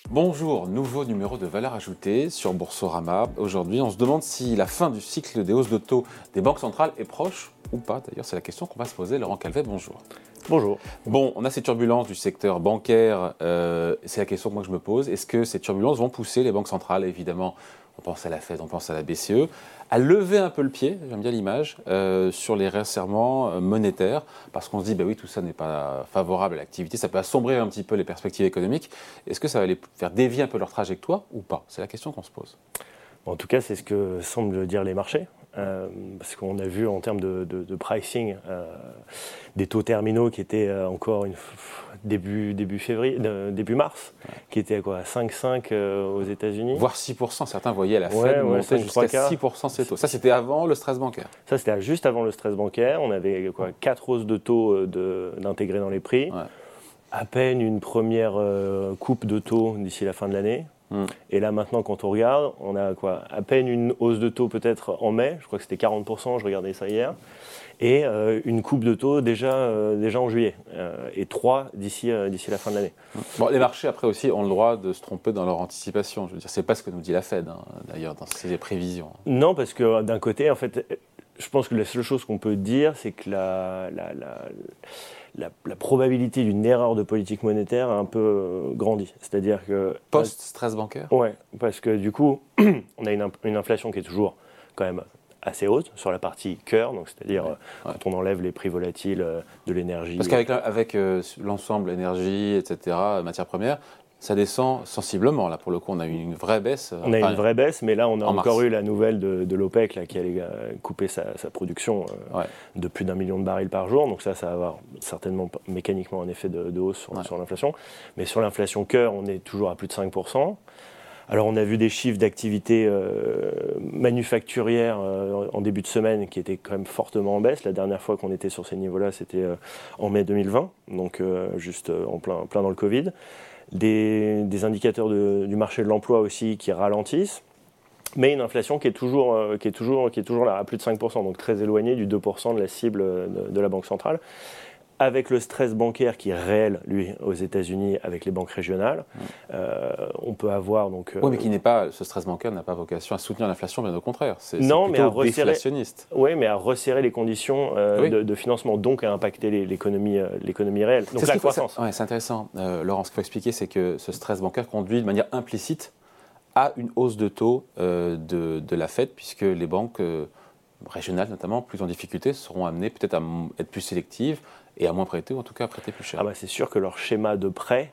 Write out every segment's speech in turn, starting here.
Bonjour, nouveau numéro de Valeurs Ajoutées sur Boursorama. Aujourd'hui, on se demande si la fin du cycle des hausses de taux des banques centrales est proche ou pas. D'ailleurs, c'est la question qu'on va se poser. Laurent Calvet, bonjour. Bonjour. Bon, on a ces turbulences du secteur bancaire. C'est la question que moi je me pose. Est-ce que ces turbulences vont pousser les banques centrales, évidemment, on pense à la Fed, on pense à la BCE, à lever un peu le pied, j'aime bien l'image, sur les resserrements monétaires, parce qu'on se dit, bah oui, tout ça n'est pas favorable à l'activité, ça peut assombrir un petit peu les perspectives économiques. Est-ce que ça va les faire dévier un peu leur trajectoire ou pas? C'est la question qu'on se pose. En tout cas, c'est ce que semblent dire les marchés, parce qu'on a vu en termes de pricing des taux terminaux qui étaient encore début mars, qui étaient à quoi, 5,5 aux États-Unis. Voire 6%, certains voyaient la Fed monter jusqu'à 6% ces taux. Ça, c'était avant le stress bancaire. Ça, c'était juste avant le stress bancaire. On avait 4 hausses de taux d'intégrer dans les prix. Ouais. À peine une première coupe de taux d'ici la fin de l'année. Et là maintenant, quand on regarde, on a à peine une hausse de taux peut-être en mai, je crois que c'était 40%, je regardais ça hier, et une coupe de taux déjà en juillet, et 3 d'ici la fin de l'année. Bon, les marchés après aussi ont le droit de se tromper dans leur anticipation. Je veux dire, c'est pas ce que nous dit la Fed, d'ailleurs, dans ses prévisions. Non, parce que d'un côté, en fait, je pense que la seule chose qu'on peut dire, c'est que la probabilité d'une erreur de politique monétaire a un peu grandi. C'est-à-dire que... Post-stress bancaire ? Oui, parce que du coup, on a une inflation qui est toujours quand même assez haute sur la partie cœur, donc c'est-à-dire quand on enlève les prix volatiles de l'énergie. Parce qu'avec l'ensemble énergie, etc., matières premières, ça descend sensiblement. Là, pour le coup, on a eu une vraie baisse. On a une vraie baisse, mais là, on a encore eu la nouvelle de l'OPEC là, qui allait couper sa production de plus d'1 million de barils par jour. Donc ça va avoir certainement mécaniquement un effet de hausse sur l'inflation. Mais sur l'inflation cœur, on est toujours à plus de 5%. Alors, on a vu des chiffres d'activité manufacturière en début de semaine qui étaient quand même fortement en baisse. La dernière fois qu'on était sur ces niveaux-là, c'était en mai 2020, donc juste en plein dans le Covid. Des indicateurs du marché de l'emploi aussi qui ralentissent, mais une inflation qui est toujours là, à plus de 5%, donc très éloignée du 2% de la cible de la Banque centrale. Avec le stress bancaire qui est réel, lui, aux États-Unis, avec les banques régionales, on peut avoir donc... Oui, mais ce stress bancaire n'a pas vocation à soutenir l'inflation, bien au contraire. C'est plutôt déflationniste. Oui, mais à resserrer les conditions de financement, donc à impacter l'économie réelle. Donc la croissance. C'est intéressant. Laurent, ce qu'il faut expliquer, c'est que ce stress bancaire conduit de manière implicite à une hausse de taux de la Fed, puisque les banques régionales, notamment, plus en difficulté, seront amenées peut-être à être plus sélectives, et à moins prêter, ou en tout cas à prêter plus cher. C'est sûr que leur schéma de prêt,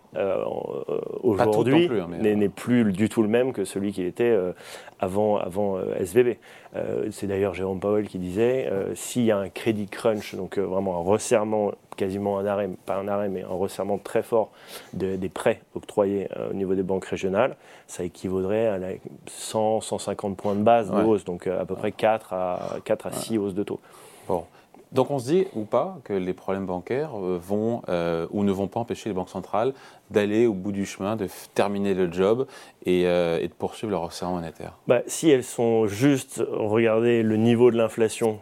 aujourd'hui, n'est plus du tout le même que celui qui était avant SVB. C'est d'ailleurs Jérôme Powell qui disait, s'il y a un crédit crunch, donc vraiment un resserrement, quasiment un arrêt, pas un arrêt, mais un resserrement très fort des prêts octroyés au niveau des banques régionales, ça équivaudrait à 100-150 points de base de hausse, donc à peu près 4 à 6 hausses de taux. Bon. Donc on se dit, ou pas, que les problèmes bancaires vont ou ne vont pas empêcher les banques centrales d'aller au bout du chemin, de terminer le job et de poursuivre leur resserrement monétaire. Si elles sont juste, regardez le niveau de l'inflation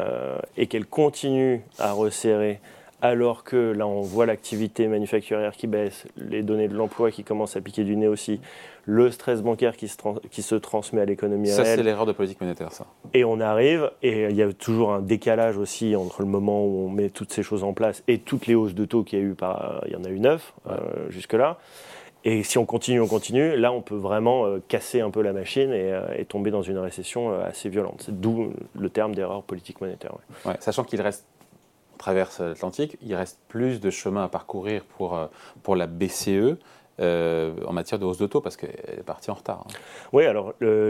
et qu'elles continuent à resserrer, alors que là on voit l'activité manufacturière qui baisse, les données de l'emploi qui commencent à piquer du nez aussi, le stress bancaire qui se transmet à l'économie réelle. Ça, c'est l'erreur de politique monétaire, ça. Et on arrive, et il y a toujours un décalage aussi entre le moment où on met toutes ces choses en place et toutes les hausses de taux qu'il y a eu, il y en a eu 9 jusque-là. Et si on continue, là on peut vraiment casser un peu la machine et tomber dans une récession assez violente. C'est d'où le terme d'erreur politique monétaire. Sachant qu'il reste, on traverse l'Atlantique, il reste plus de chemin à parcourir pour la BCE en matière de hausse de taux, parce qu'elle est partie en retard. Oui, alors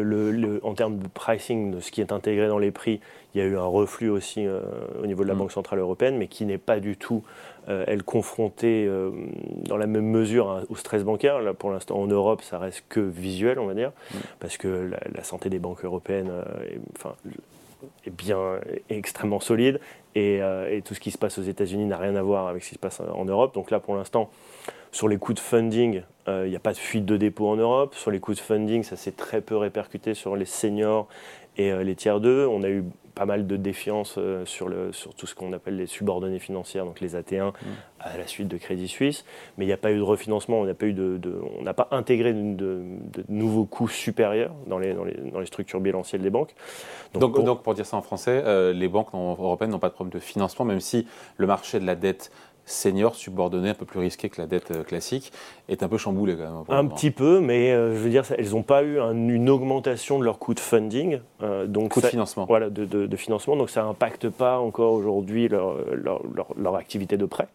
en termes de pricing, de ce qui est intégré dans les prix, il y a eu un reflux aussi au niveau de la Banque Centrale Européenne, mais qui n'est pas du tout, elle, confrontée dans la même mesure au stress bancaire. Là, pour l'instant, en Europe, ça reste que visuel, on va dire, parce que la santé des banques européennes est extrêmement solide, et tout ce qui se passe aux États-Unis n'a rien à voir avec ce qui se passe en Europe. Donc là, pour l'instant, sur les coûts de funding, il n'y a pas de fuite de dépôt en Europe. Sur les coûts de funding, ça s'est très peu répercuté sur les seniors et les tiers 2. On a eu pas mal de défiance sur tout ce qu'on appelle les subordonnées financières, donc les AT1, à la suite de Crédit Suisse. Mais il n'y a pas eu de refinancement, on n'a pas intégré de nouveaux coûts supérieurs dans les structures bilancielles des banques. Donc pour dire ça en français, les banques européennes n'ont pas de problème de financement, même si le marché de la dette senior, subordonnée, un peu plus risquée que la dette classique, est un peu chamboulée quand même. Un petit peu, mais je veux dire, elles n'ont pas eu une augmentation de leur coût de funding. Coût de financement. Voilà, de financement, donc ça n'impacte pas encore aujourd'hui leur activité de prêt.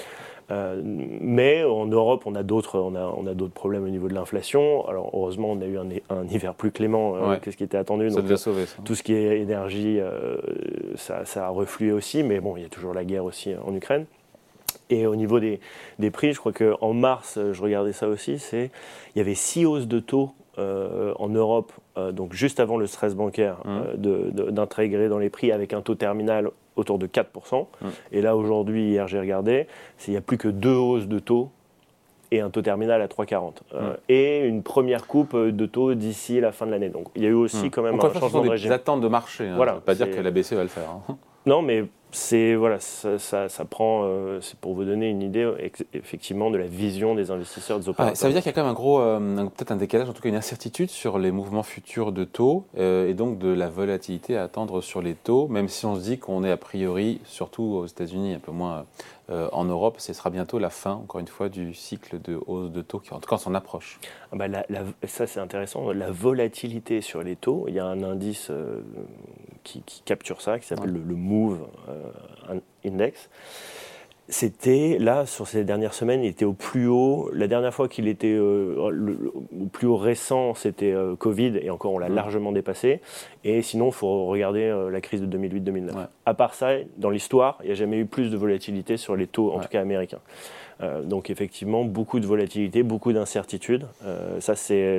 Mais en Europe, on a d'autres problèmes au niveau de l'inflation. Alors heureusement, on a eu un hiver plus clément que ce qui était attendu. Ça devait sauver ça. Tout ce qui est énergie, ça a reflué aussi, mais bon, il y a toujours la guerre aussi en Ukraine. Et au niveau des prix, je crois qu'en mars, je regardais ça aussi, il y avait 6 hausses de taux en Europe, donc juste avant le stress bancaire, d'intégré dans les prix avec un taux terminal autour de 4%. Et là, aujourd'hui, hier, j'ai regardé, il n'y a plus que 2 hausses de taux et un taux terminal à 3,40. Et une première coupe de taux d'ici la fin de l'année. Donc il y a eu aussi quand même un changement de régime. Des attentes de marché, voilà, ça ne veut pas dire que la BCE va le faire. Non, mais ça prend, c'est pour vous donner une idée effectivement de la vision des investisseurs, des opérateurs. Ça veut dire qu'il y a quand même peut-être un décalage, en tout cas une incertitude sur les mouvements futurs de taux et donc de la volatilité à attendre sur les taux, même si on se dit qu'on est a priori, surtout aux États-Unis, un peu moins en Europe, ce sera bientôt la fin, encore une fois, du cycle de hausse de taux qui, en tout cas, on s'en approche. Ça, c'est intéressant. La volatilité sur les taux, il y a un indice qui capture ça, qui s'appelle le MOVE Index. C'était, là, sur ces dernières semaines, il était au plus haut. La dernière fois qu'il était au plus haut récent, c'était Covid, et encore, on l'a largement dépassé. Et sinon, il faut regarder la crise de 2008-2009. Ouais. À part ça, dans l'histoire, il n'y a jamais eu plus de volatilité sur les taux, en tout cas américains. Donc effectivement, beaucoup de volatilité, beaucoup d'incertitudes. Ça, c'est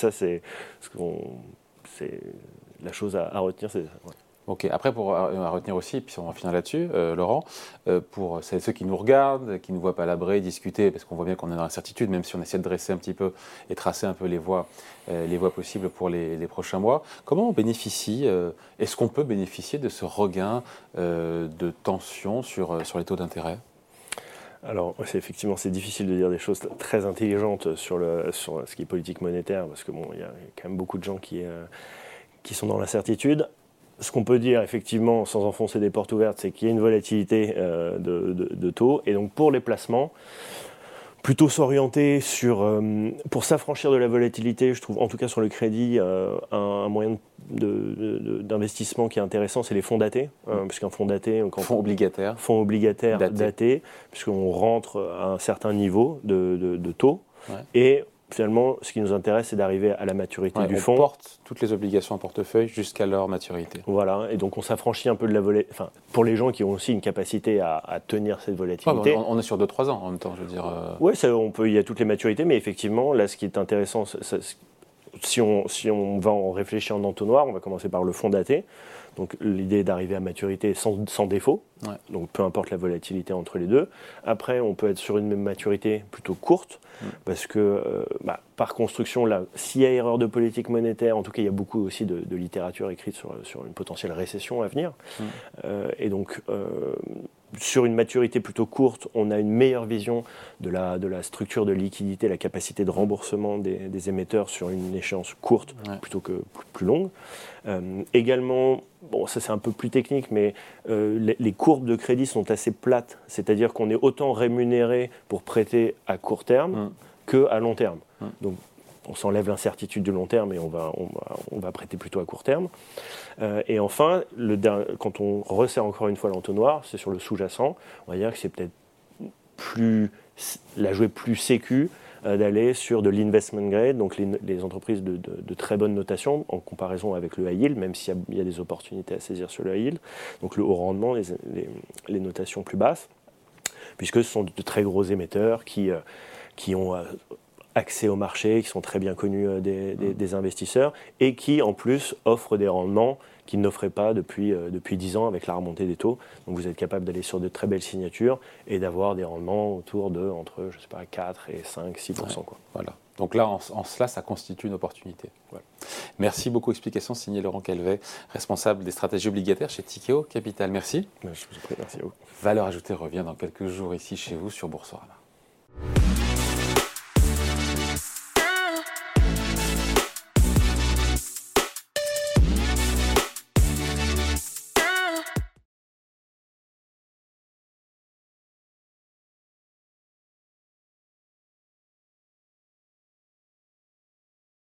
la chose à retenir. Ok, après, à retenir aussi, puis on va finir là-dessus, Laurent, pour ceux qui nous regardent, qui ne nous voient pas à l'abri, discuter, parce qu'on voit bien qu'on est dans l'incertitude, même si on essaie de dresser un petit peu et tracer un peu les voies possibles pour les prochains mois. Comment on bénéficie, est-ce qu'on peut bénéficier de ce regain de tension sur les taux d'intérêt ? Alors, effectivement, c'est difficile de dire des choses très intelligentes sur ce qui est politique monétaire, parce que il y a quand même beaucoup de gens qui sont dans l'incertitude. Ce qu'on peut dire, effectivement, sans enfoncer des portes ouvertes, c'est qu'il y a une volatilité de taux. Et donc, pour les placements, plutôt s'orienter pour s'affranchir de la volatilité, je trouve, en tout cas sur le crédit, un moyen d'investissement qui est intéressant, c'est les fonds datés. Puisqu'un fonds daté... Fonds obligataires datés, puisqu'on rentre à un certain niveau de taux. Ouais. Et finalement, ce qui nous intéresse, c'est d'arriver à la maturité du fonds. On porte toutes les obligations en portefeuille jusqu'à leur maturité. Voilà, et donc on s'affranchit un peu de la volatilité. Enfin, pour les gens qui ont aussi une capacité à tenir cette volatilité. On est sur 2-3 ans en même temps, je veux dire. Oui, il y a toutes les maturités, mais effectivement, là, ce qui est intéressant, si on va en réfléchir en entonnoir, on va commencer par le fonds daté. Donc l'idée est d'arriver à maturité sans défaut, donc peu importe la volatilité entre les deux. Après, on peut être sur une même maturité plutôt courte, parce que par construction, là, s'il y a erreur de politique monétaire, en tout cas il y a beaucoup aussi de littérature écrite sur une potentielle récession à venir. Et donc sur une maturité plutôt courte, on a une meilleure vision de la structure de liquidité, la capacité de remboursement des émetteurs sur une échéance courte plutôt que plus longue. Également, ça c'est un peu plus technique, mais les courbes de crédit sont assez plates, c'est-à-dire qu'on est autant rémunéré pour prêter à court terme qu'à long terme. Donc on s'enlève l'incertitude du long terme et on va prêter plutôt à court terme. Et enfin, quand on resserre encore une fois l'entonnoir, c'est sur le sous-jacent, on va dire que c'est peut-être la jouée plus sécu d'aller sur de l'investment grade, donc les entreprises de très bonne notation en comparaison avec le high yield, même s'il y a des opportunités à saisir sur le high yield, donc le haut rendement, les notations plus basses, puisque ce sont de très gros émetteurs qui ont accès au marché, qui sont très bien connus des investisseurs et qui en plus offrent des rendements qu'ils n'offraient pas depuis 10 ans avec la remontée des taux. Donc vous êtes capable d'aller sur de très belles signatures et d'avoir des rendements autour de entre, je sais pas, 4 et 5, 6%. Ouais, quoi. voilà. Donc là, en cela, ça constitue une opportunité. Voilà. Merci beaucoup. Explication signée Laurent Calvet, responsable des stratégies obligataires chez Tikehau Capital. Merci. Je vous en prie, merci à vous. Valeur ajoutée revient dans quelques jours ici chez vous sur Boursorama.